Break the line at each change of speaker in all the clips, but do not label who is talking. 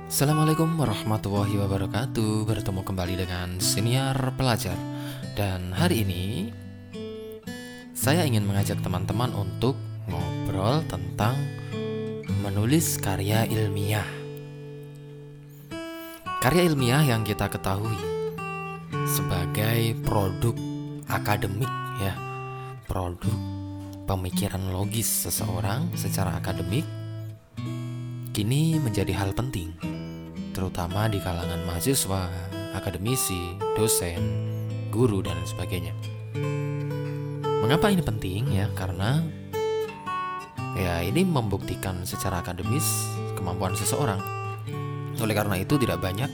Assalamualaikum warahmatullahi wabarakatuh. Bertemu kembali dengan Siniar Pelajar. Dan hari ini saya ingin mengajak teman-teman untuk ngobrol tentang menulis karya ilmiah. Karya ilmiah yang kita ketahui sebagai produk akademik, ya, produk pemikiran logis seseorang secara akademik, kini menjadi hal penting, terutama di kalangan mahasiswa, akademisi, dosen, guru, dan sebagainya. Mengapa ini penting? Ya, karena ini membuktikan secara akademis kemampuan seseorang. Oleh karena itu tidak banyak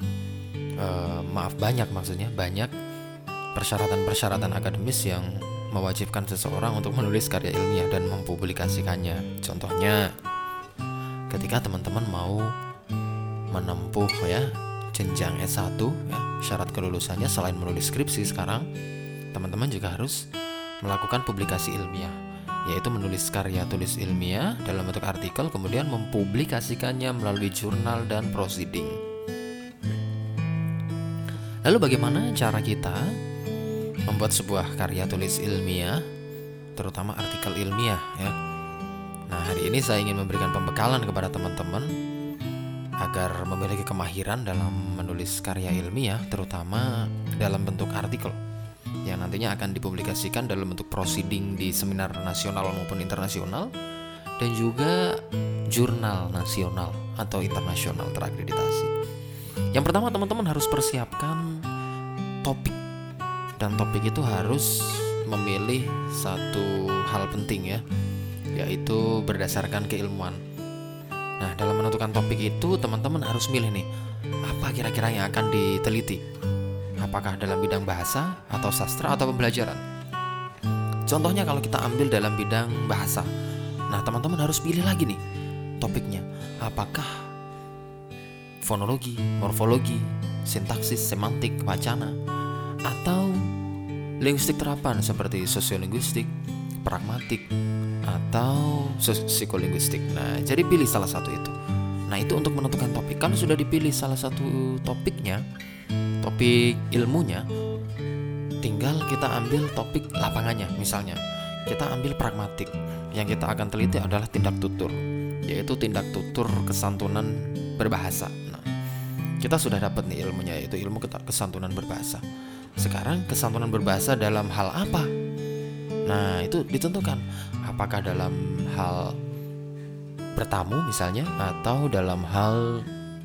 banyak persyaratan-persyaratan akademis yang mewajibkan seseorang untuk menulis karya ilmiah dan mempublikasikannya. Contohnya, ketika teman-teman mau menempuh jenjang S1, syarat kelulusannya selain menulis skripsi sekarang, teman-teman juga harus melakukan publikasi ilmiah, yaitu menulis karya tulis ilmiah dalam bentuk artikel, kemudian mempublikasikannya melalui jurnal dan proceeding. Lalu bagaimana cara kita membuat sebuah karya tulis ilmiah, terutama artikel ilmiah, ya? Nah, hari ini saya ingin memberikan pembekalan kepada teman-teman agar memiliki kemahiran dalam menulis karya ilmiah, terutama dalam bentuk artikel yang nantinya akan dipublikasikan dalam bentuk proceeding di seminar nasional maupun internasional, dan juga jurnal nasional atau internasional terakreditasi. Yang pertama, teman-teman harus persiapkan topik, dan topik itu harus memilih satu hal penting, yaitu berdasarkan keilmuan. Nah, dalam menentukan topik itu teman-teman harus milih nih, apa kira-kira yang akan diteliti. Apakah dalam bidang bahasa atau sastra atau pembelajaran. Contohnya kalau kita ambil dalam bidang bahasa, nah teman-teman harus pilih lagi nih topiknya. Apakah fonologi, morfologi, sintaksis, semantik, wacana, atau linguistik terapan seperti sosiolinguistik, pragmatik, atau psikolinguistik. Nah, jadi pilih salah satu itu. Nah, itu untuk menentukan topik. Kalau sudah dipilih salah satu topiknya, topik ilmunya, tinggal kita ambil topik lapangannya. Misalnya, kita ambil pragmatik. Yang kita akan teliti adalah tindak tutur, yaitu tindak tutur kesantunan berbahasa. Nah, kita sudah dapat nih ilmunya, yaitu ilmu kesantunan berbahasa. Sekarang kesantunan berbahasa dalam hal apa? Nah, itu ditentukan. Apakah dalam hal bertamu misalnya, atau dalam hal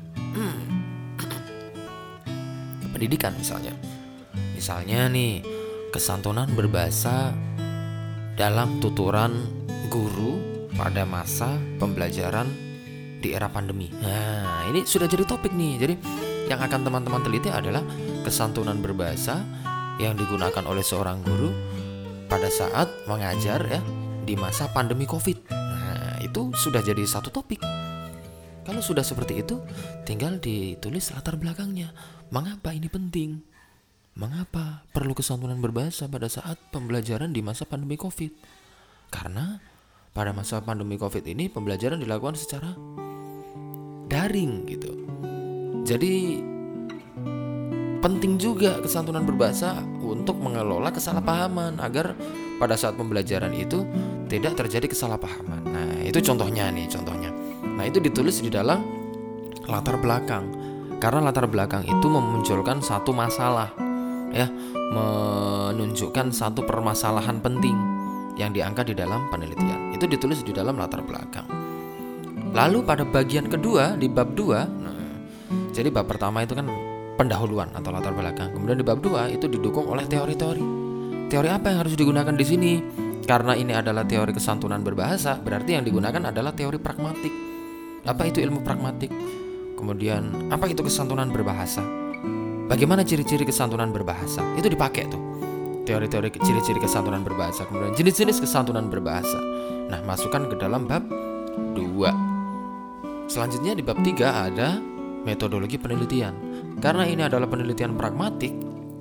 pendidikan misalnya. Misalnya nih, kesantunan berbahasa dalam tuturan guru pada masa pembelajaran di era pandemi. Nah, ini sudah jadi topik nih. Jadi yang akan teman-teman teliti adalah kesantunan berbahasa yang digunakan oleh seorang guru pada saat mengajar di masa pandemi Covid. Nah, itu sudah jadi satu topik. Kalau sudah seperti itu, tinggal ditulis latar belakangnya. Mengapa ini penting? Mengapa perlu kesantunan berbahasa pada saat pembelajaran di masa pandemi Covid? Karena pada masa pandemi Covid ini pembelajaran dilakukan secara daring gitu. Jadi penting juga kesantunan berbahasa untuk mengelola kesalahpahaman agar pada saat pembelajaran itu tidak terjadi kesalahpahaman. Nah, itu contohnya. Nah, itu ditulis di dalam latar belakang. Karena latar belakang itu memunculkan satu masalah, menunjukkan satu permasalahan penting yang diangkat di dalam penelitian. Itu ditulis di dalam latar belakang. Lalu pada bagian kedua di bab 2, jadi bab pertama itu kan pendahuluan atau latar belakang. Kemudian di bab 2 itu didukung oleh teori-teori. Teori apa yang harus digunakan di sini? Karena ini adalah teori kesantunan berbahasa, berarti yang digunakan adalah teori pragmatik. Apa itu ilmu pragmatik? Kemudian apa itu kesantunan berbahasa? Bagaimana ciri-ciri kesantunan berbahasa? Itu dipakai tuh. Teori-teori ciri-ciri kesantunan berbahasa, kemudian jenis-jenis kesantunan berbahasa. Nah, masukkan ke dalam bab 2. Selanjutnya di bab 3 ada metodologi penelitian. Karena ini adalah penelitian pragmatik,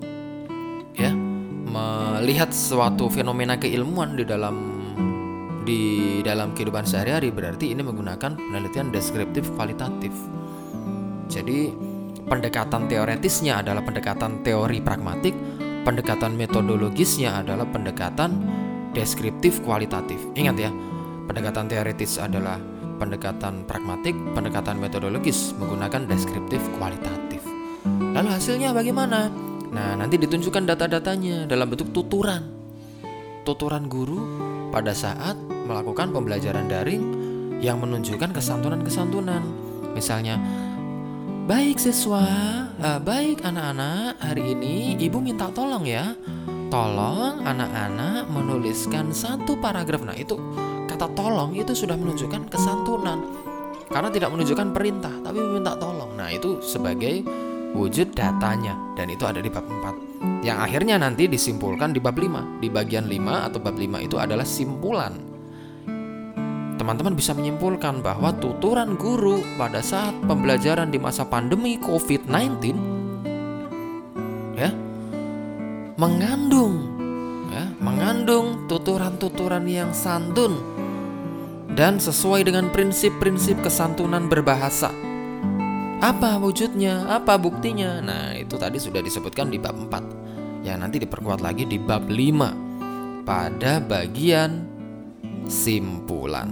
melihat suatu fenomena keilmuan di dalam kehidupan sehari-hari, berarti ini menggunakan penelitian deskriptif kualitatif. Jadi pendekatan teoretisnya adalah pendekatan teori pragmatik, pendekatan metodologisnya adalah pendekatan deskriptif kualitatif. Ingat ya, pendekatan teoritis adalah pendekatan pragmatik, pendekatan metodologis menggunakan deskriptif kualitatif. Lalu hasilnya bagaimana? Nah, nanti ditunjukkan data-datanya dalam bentuk tuturan. Tuturan guru pada saat melakukan pembelajaran daring yang menunjukkan kesantunan-kesantunan. Misalnya, baik siswa, baik anak-anak, hari ini ibu minta tolong ya. Tolong anak-anak menuliskan 1 paragraf. Nah, itu kata tolong itu sudah menunjukkan kesantunan. Karena tidak menunjukkan perintah, tapi meminta tolong. Nah, itu sebagai wujud datanya. Dan itu ada di bab 4. Yang akhirnya nanti disimpulkan di bab 5. Di bagian 5 atau bab 5 itu adalah simpulan. Teman-teman bisa menyimpulkan bahwa tuturan guru pada saat pembelajaran di masa pandemi COVID-19 ya, mengandung tuturan-tuturan yang santun dan sesuai dengan prinsip-prinsip kesantunan berbahasa. Apa wujudnya? Apa buktinya? Nah, itu tadi sudah disebutkan di bab 4 yang nanti diperkuat lagi di bab 5 pada bagian simpulan.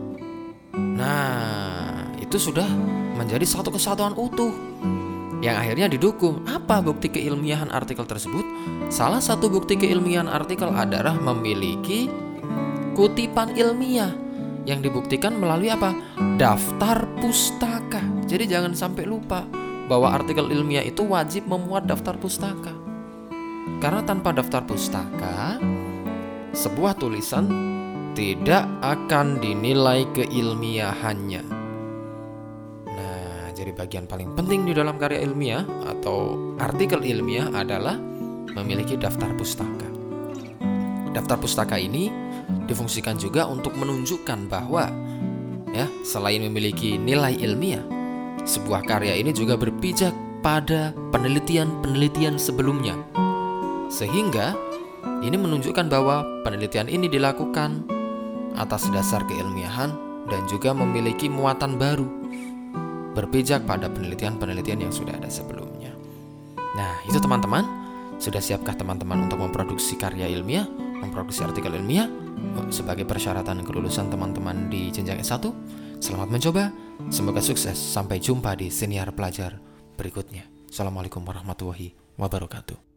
Nah, itu sudah menjadi satu kesatuan utuh yang akhirnya didukung. Apa bukti keilmiahan artikel tersebut? Salah satu bukti keilmiahan artikel adalah memiliki kutipan ilmiah yang dibuktikan melalui apa? Daftar pustaka. Jadi jangan sampai lupa bahwa artikel ilmiah itu wajib memuat daftar pustaka. Karena tanpa daftar pustaka, sebuah tulisan tidak akan dinilai keilmiahannya. Nah, jadi bagian paling penting di dalam karya ilmiah atau artikel ilmiah adalah memiliki daftar pustaka. Daftar pustaka ini difungsikan juga untuk menunjukkan bahwa ya, selain memiliki nilai ilmiah, sebuah karya ini juga berpijak pada penelitian-penelitian sebelumnya. Sehingga ini menunjukkan bahwa penelitian ini dilakukan atas dasar keilmiahan dan juga memiliki muatan baru, berpijak pada penelitian-penelitian yang sudah ada sebelumnya. Nah, itu teman-teman, sudah siapkah teman-teman untuk memproduksi karya ilmiah, memproduksi artikel ilmiah sebagai persyaratan kelulusan teman-teman di jenjang S1? Selamat mencoba, semoga sukses. Sampai jumpa di siniar pelajar berikutnya. Assalamualaikum warahmatullahi wabarakatuh.